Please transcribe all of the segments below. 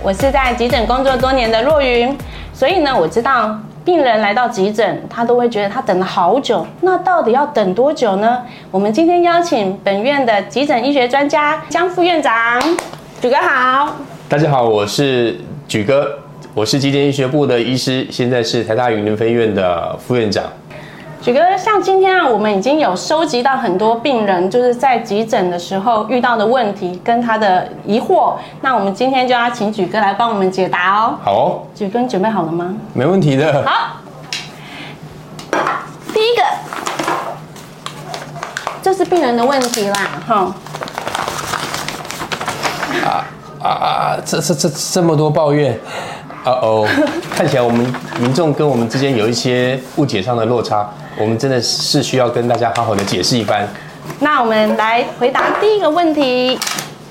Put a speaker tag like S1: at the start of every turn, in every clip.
S1: 我是在急诊工作多年的若云，所以呢，我知道病人来到急诊，他都会觉得他等了好久，那到底要等多久呢？我们今天邀请本院的急诊医学专家江副院长，举哥好。
S2: 大家好，我是举哥，我是急诊医学部的医师，现在是台大云林分院的副院长。
S1: 举哥，像今天我们已经有收集到很多病人就是在急诊的时候遇到的问题跟他的疑惑，那我们今天就要请举哥来帮我们解答哦。
S2: 好哦，
S1: 举哥，你准备好了吗？
S2: 没问题的。
S1: 好，第一个，这是病人的问题啦，哈。
S2: 这么多抱怨，看起来我们民众跟我们之间有一些误解上的落差，我们真的是需要跟大家好好的解释一番。
S1: 那我们来回答第一个问题。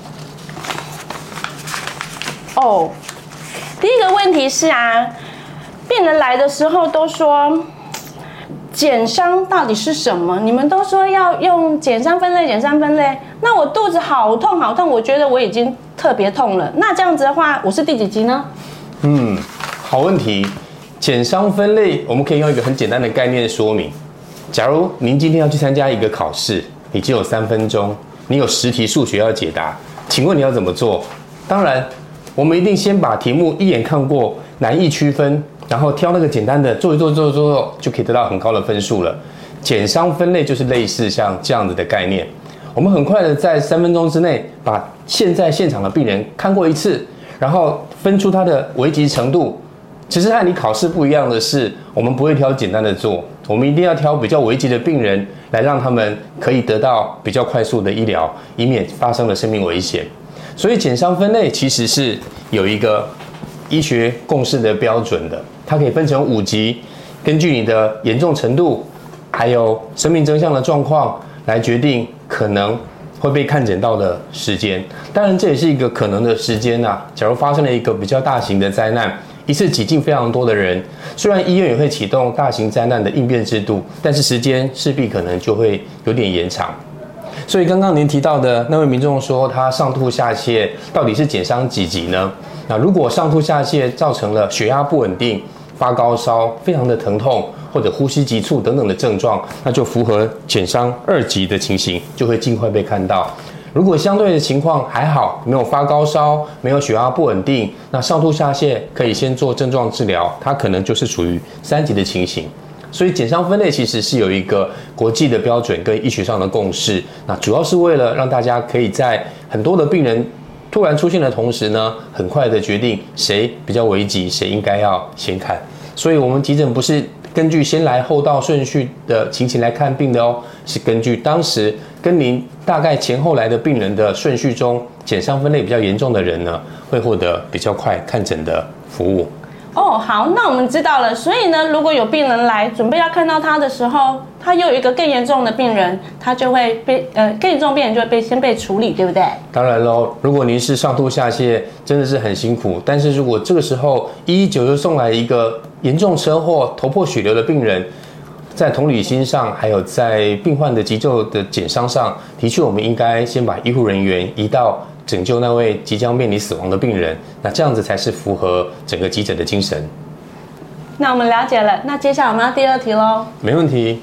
S1: 第一个问题是病人来的时候都说减伤到底是什么？你们都说要用减伤分类，减伤分类。那我肚子好痛好痛，我觉得我已经特别痛了。那这样子的话，我是第几级呢？
S2: 好问题。减伤分类，我们可以用一个很简单的概念说明。假如您今天要去参加一个考试，你只有3分钟，你有10题数学要解答，请问你要怎么做？当然，我们一定先把题目一眼看过，难易区分，然后挑那个简单的做一做，就可以得到很高的分数了。减伤分类就是类似像这样子的概念。我们很快的在3分钟之内把现场的病人看过一次，然后分出他的危急程度。其实和你考试不一样的是，我们不会挑简单的做，我们一定要挑比较危急的病人，来让他们可以得到比较快速的医疗，以免发生了生命危险。所以减伤分类其实是有一个医学共识的标准的，它可以分成5级，根据你的严重程度，还有生命真相的状况来决定可能会被看诊到的时间。当然这也是一个可能的时间假如发生了一个比较大型的灾难，一次挤进非常多的人，虽然医院也会启动大型灾难的应变制度，但是时间势必可能就会有点延长。所以刚刚您提到的那位民众说他上吐下泻，到底是减伤几级呢？那如果上吐下泻造成了血压不稳定、发高烧、非常的疼痛或者呼吸急促等等的症状，那就符合减伤2级的情形，就会尽快被看到。如果相对的情况还好，没有发高烧，没有血压不稳定，那上吐下泻可以先做症状治疗，它可能就是属于3级的情形。所以减伤分类其实是有一个国际的标准跟医学上的共识，那主要是为了让大家可以在很多的病人突然出现的同时呢，很快的决定谁比较危急，谁应该要先看。所以我们急诊不是根据先来后到顺序的情形来看病的哦，是根据当时跟您大概前后来的病人的顺序中，减伤分类比较严重的人呢，会获得比较快看诊的服务。
S1: 好，那我们知道了。所以呢，如果有病人来准备要看到他的时候，他又有一个更严重的病人，他就会被更严重的病人就会先被处理，对不对？
S2: 当然喽，如果您是上吐下泻，真的是很辛苦。但是如果这个时候119又送来一个严重车祸、头破血流的病人，在同理心上，还有在病患的急救的减伤上，的确我们应该先把医护人员移到拯救那位即将面临死亡的病人，那这样子才是符合整个急诊的精神。
S1: 那我们了解了，那接下来我们要第2题咯。
S2: 没问题。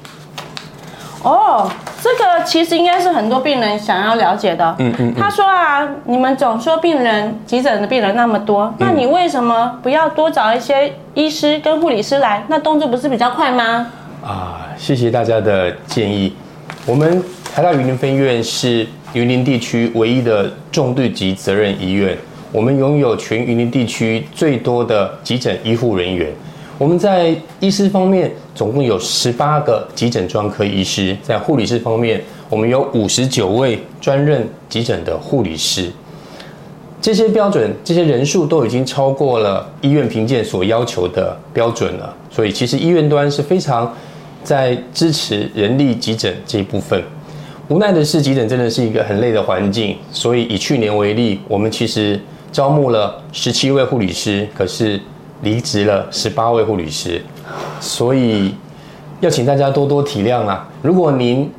S1: 这个其实应该是很多病人想要了解的。他说你们总说急诊的病人那么多，那你为什么不要多找一些医师跟护理师来？那动作不是比较快吗？
S2: 谢谢大家的建议。我们台大云林分院是云林地区唯一的重度级责任医院，我们拥有全云林地区最多的急诊医护人员。我们在医师方面总共有18个急诊专科医师，在护理师方面，我们有59位专任急诊的护理师。这些标准、这些人数都已经超过了医院评鉴所要求的标准了，所以其实医院端是非常在支持人力急诊这一部分。无奈的是，急诊真的是一个很累的环境，所以以去年为例，我们其实招募了17位护理师，可是离职了18位护理师，所以要请大家多多体谅啦。如果您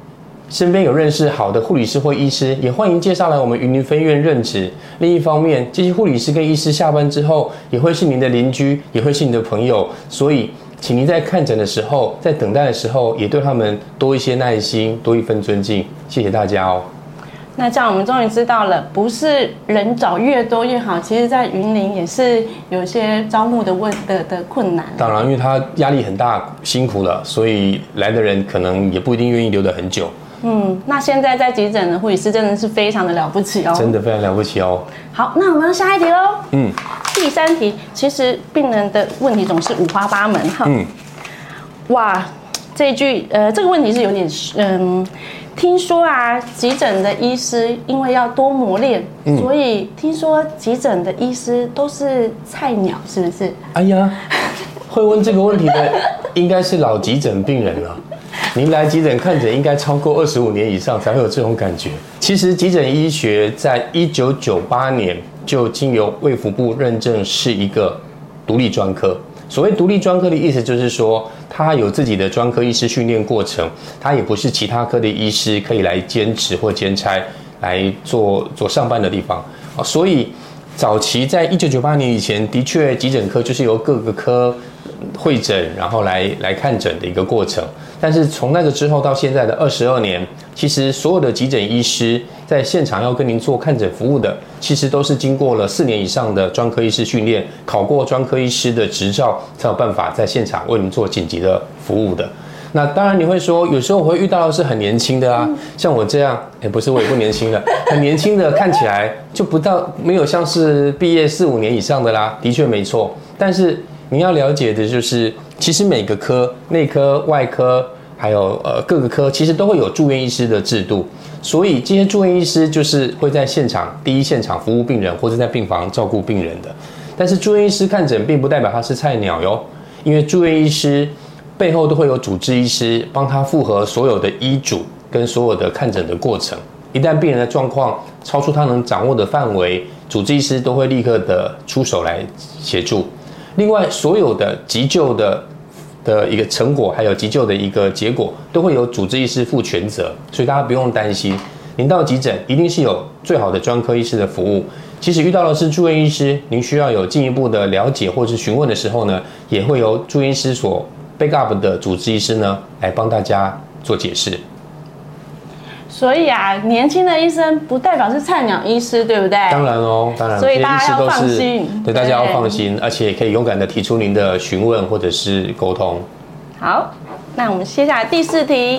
S2: 身边有认识好的护理师或医师，也欢迎介绍来我们云林分院任职。另一方面，这些护理师跟医师下班之后，也会是您的邻居，也会是你的朋友，所以请您在看诊的时候，在等待的时候，也对他们多一些耐心，多一份尊敬。谢谢大家哦。
S1: 那这样我们终于知道了，不是人找越多越好，其实在云林也是有一些招募的困难。
S2: 当然，因为他压力很大，辛苦了，所以来的人可能也不一定愿意留得很久。
S1: 那现在在急诊的护理师真的是非常的了不起哦，
S2: 真的非常了不起哦。
S1: 好，那我们要下一题喽。第3题，其实病人的问题总是五花八门哈。哇，这个问题是有点听说啊，急诊的医师因为要多磨练，所以听说急诊的医师都是菜鸟，是不是？
S2: 哎呀，会问这个问题的应该是老急诊病人了。您来急诊看诊应该超过25年以上才会有这种感觉。其实急诊医学在1998年就经由卫福部认证是一个独立专科。所谓独立专科的意思就是说，他有自己的专科医师训练过程，他也不是其他科的医师可以来兼职或兼差来做上班的地方。所以早期在1998年以前，的确急诊科就是由各个科会诊，然后来看诊的一个过程。但是从那个之后到现在的22年，其实所有的急诊医师在现场要跟您做看诊服务的，其实都是经过了4年以上的专科医师训练，考过专科医师的执照，才有办法在现场为您做紧急的服务的。那当然你会说，有时候我会遇到的是很年轻的啊，像我这样，不是，我也不年轻了，很年轻的看起来就没有像是毕业4、5年以上的啦，的确没错。但是你要了解的就是，其实每个科，内科、外科，还有各个科，其实都会有住院医师的制度，所以这些住院医师就是会在第一现场服务病人，或者在病房照顾病人的。但是住院医师看诊并不代表他是菜鸟哟，因为住院医师背后都会有主治医师帮他复核所有的医嘱跟所有的看诊的过程。一旦病人的状况超出他能掌握的范围，主治医师都会立刻的出手来协助。另外，所有的急救的一个成果，还有急救的一个结果，都会由主治医师负全责，所以大家不用担心。您到急诊一定是有最好的专科医师的服务。即使遇到的是住院医师，您需要有进一步的了解或是询问的时候呢，也会由住院医师所 backup 的主治医师呢来帮大家做解释。
S1: 所以啊，年轻的医生不代表是菜鸟医师，对不对？
S2: 当然哦，当然，
S1: 所以大家要放心，
S2: 对，大家要放心，而且可以勇敢的提出您的询问或者是沟通。
S1: 好，那我们接下来第4题。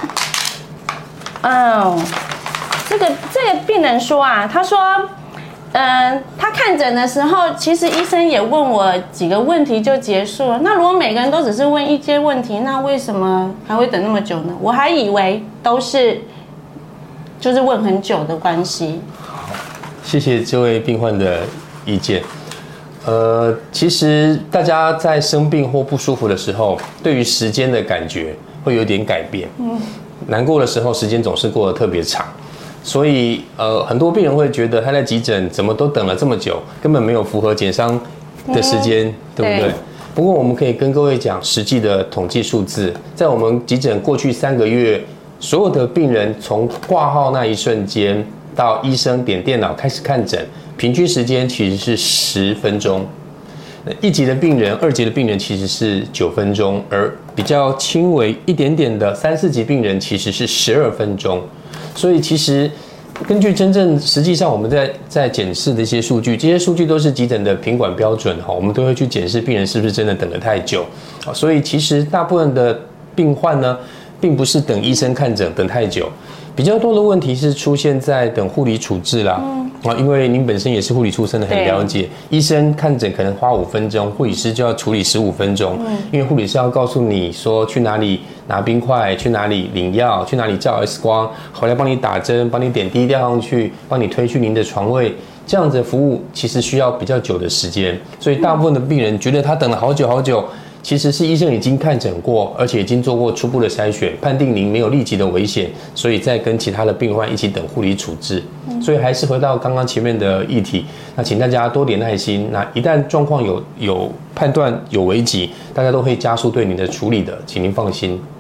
S1: 这个病人说啊，他说，他看诊的时候，其实医生也问我几个问题就结束了。那如果每个人都只是问一些问题，那为什么还会等那么久呢？我还以为都是就是问很久的关系。
S2: 好，谢谢这位病患的意见。其实大家在生病或不舒服的时候，对于时间的感觉会有点改变。难过的时候，时间总是过得特别长，所以很多病人会觉得他在急诊怎么都等了这么久，根本没有符合检伤的时间，对不对？不过我们可以跟各位讲实际的统计数字，在我们急诊过去3个月，所有的病人从挂号那一瞬间到医生点电脑开始看诊，平均时间其实是10分钟。1级的病人、2级的病人其实是9分钟，而比较轻微一点点的3、4级病人其实是12分钟。所以其实根据实际上我们在检视的一些数据，这些数据都是急诊的品管标准，我们都会去检视病人是不是真的等得太久。所以其实大部分的病患呢，并不是等医生看诊等太久，比较多的问题是出现在等护理处置啦。因为您本身也是护理出身的，很了解，医生看诊可能花5分钟，护理师就要处理15分钟。因为护理师要告诉你说去哪里拿冰块，去哪里领药，去哪里照 X 光，回来帮你打针，帮你点滴吊上去，帮你推去您的床位。这样子的服务其实需要比较久的时间，所以大部分的病人觉得他等了好久好久，其实是医生已经看诊过，而且已经做过初步的筛选，判定您没有立即的危险，所以再跟其他的病患一起等护理处置。所以还是回到刚刚前面的议题，那请大家多点耐心。那一旦状况有判断有危急，大家都会加速对您的处理的，请您放心。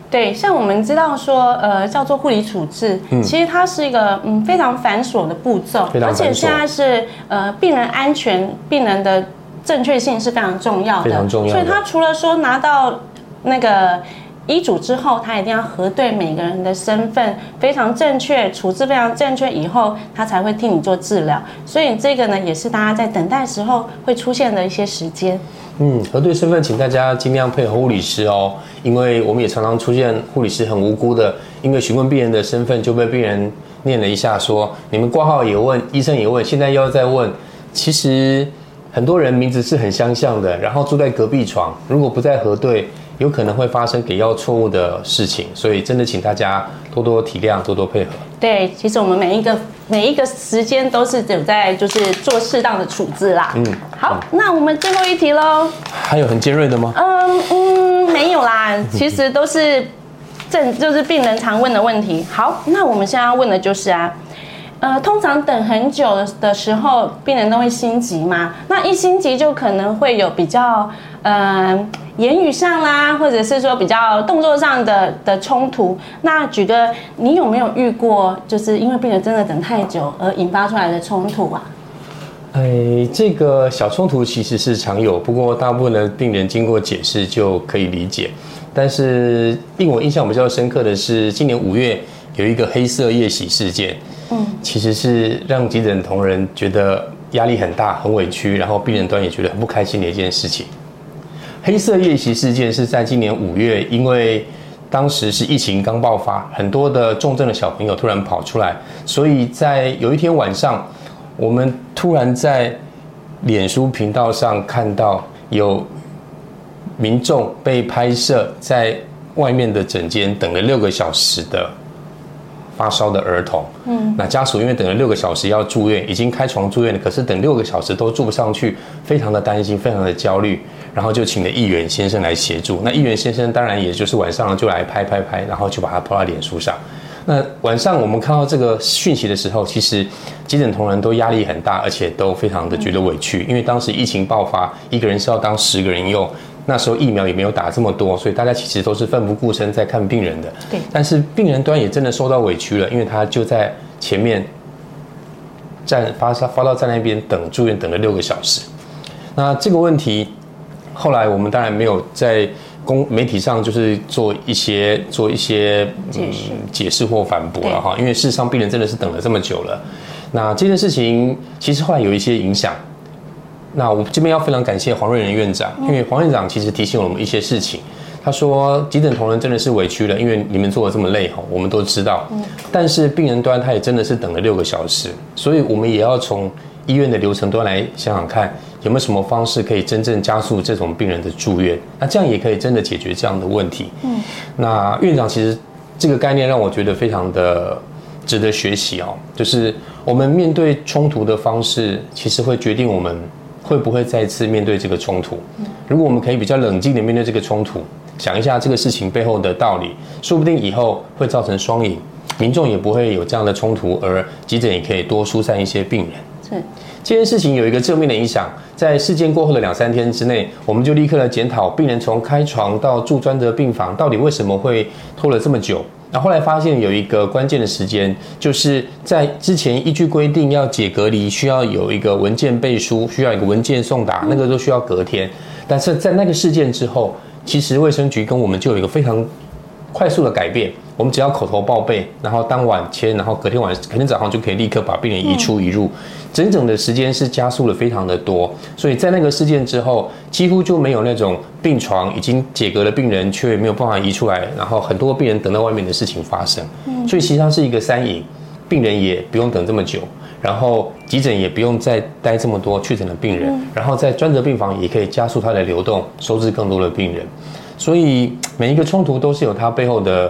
S1: 对，像我们知道说，叫做护理处置，其实它是一个非常繁琐的步骤，而且现在是病人安全、病人的正确性是非常重要的，
S2: 非常重要的。
S1: 所以他除了说拿到那个医嘱之后，他一定要核对每个人的身份非常正确，处置非常正确以后，他才会替你做治疗。所以这个呢，也是大家在等待时候会出现的一些时间。
S2: 核对身份，请大家尽量配合护理师哦，因为我们也常常出现护理师很无辜的，因为询问病人的身份就被病人念了一下说，你们挂号也问，医生也问，现在又要再问。其实很多人名字是很相像的，然后住在隔壁床，如果不再核对，有可能会发生给药错误的事情，所以真的请大家多多体谅，多多配合。对，
S1: 其实我们每一个时间都是有在就是做适当的处置啦。好，那我们最后一题喽。
S2: 还有很尖锐的吗？
S1: 没有啦，其实都是就是病人常问的问题。好，那我们现在要问的就是通常等很久的时候，病人都会心急嘛。那一心急就可能会有比较言语上啦，或者是说比较动作上的冲突。那举个，你有没有遇过，就是因为病人真的等太久而引发出来的冲突啊？
S2: 这个小冲突其实是常有，不过大部分的病人经过解释就可以理解。但是令我印象比较深刻的是，今年5月有一个黑色夜袭事件，其实是让急诊同仁觉得压力很大、很委屈，然后病人端也觉得很不开心的一件事情。黑色夜袭事件是在今年5月，因为当时是疫情刚爆发，很多的重症的小朋友突然跑出来，所以在有一天晚上，我们突然在脸书频道上看到有民众被拍摄在外面的诊间等了6个小时的发烧的儿童。那家属因为等了6个小时要住院，已经开床住院了，可是等6个小时都住不上去，非常的担心，非常的焦虑，然后就请了议员先生来协助。那议员先生当然也就是晚上就来拍，然后就把它抛到脸书上。那晚上我们看到这个讯息的时候，其实急诊同仁都压力很大，而且都非常的觉得委屈，因为当时疫情爆发，一个人是要当10个人用，那时候疫苗也没有打这么多，所以大家其实都是奋不顾身在看病人的。对。但是病人端也真的受到委屈了，因为他就在前面发到站那边等住院，等了6个小时。那这个问题，后来我们当然没有在媒体上就是做一些解释或反驳了哈，因为事实上病人真的是等了这么久了。那这件事情其实后来有一些影响。那我这边要非常感谢黄瑞仁院长，因为黄院长其实提醒了我们一些事情。他说急诊同仁真的是委屈了，因为你们做得这么累哈，我们都知道。但是病人端他也真的是等了6个小时，所以我们也要从医院的流程端来想想看，有没有什么方式可以真正加速这种病人的住院？那这样也可以真的解决这样的问题。那院长其实这个概念让我觉得非常的值得学习哦，就是我们面对冲突的方式，其实会决定我们会不会再次面对这个冲突。如果我们可以比较冷静的面对这个冲突，想一下这个事情背后的道理，说不定以后会造成双赢，民众也不会有这样的冲突，而急诊也可以多疏散一些病人。是。这件事情有一个正面的影响，在事件过后的2-3天之内，我们就立刻来检讨病人从开床到住专责病房，到底为什么会拖了这么久。然后后来发现有一个关键的时间，就是在之前依据规定要解隔离，需要有一个文件背书，需要一个文件送达，那个都需要隔天。但是在那个事件之后，其实卫生局跟我们就有一个非常快速的改变，我们只要口头报备，然后当晚签，然后隔天早上就可以立刻把病人移出移入，整整的时间是加速了非常的多。所以在那个事件之后，几乎就没有那种病床已经解隔的病人却没有办法移出来，然后很多病人等到外面的事情发生。所以实际上是一个3赢，病人也不用等这么久，然后急诊也不用再待这么多确诊的病人，然后在专责病房也可以加速它的流动，收治更多的病人。所以每一个冲突都是有它背后的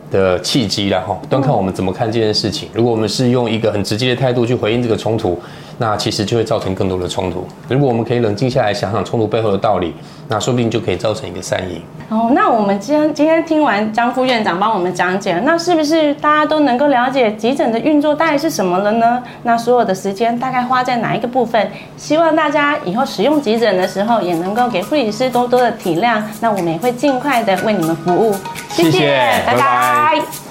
S2: 契机啦，端看我们怎么看这件事情。如果我们是用一个很直接的态度去回应这个冲突， 那其实就会造成更多的冲突。如果我们可以冷静下来想想冲突背后的道理，那说不定就可以造成一个善意。
S1: 哦，那我们今天听完张副院长帮我们讲解，那是不是大家都能够了解急诊的运作大概是什么了呢？那所有的时间大概花在哪一个部分？希望大家以后使用急诊的时候，也能够给护理师多多的体谅。那我们也会尽快的为你们服务。
S2: 谢谢，
S1: 拜拜。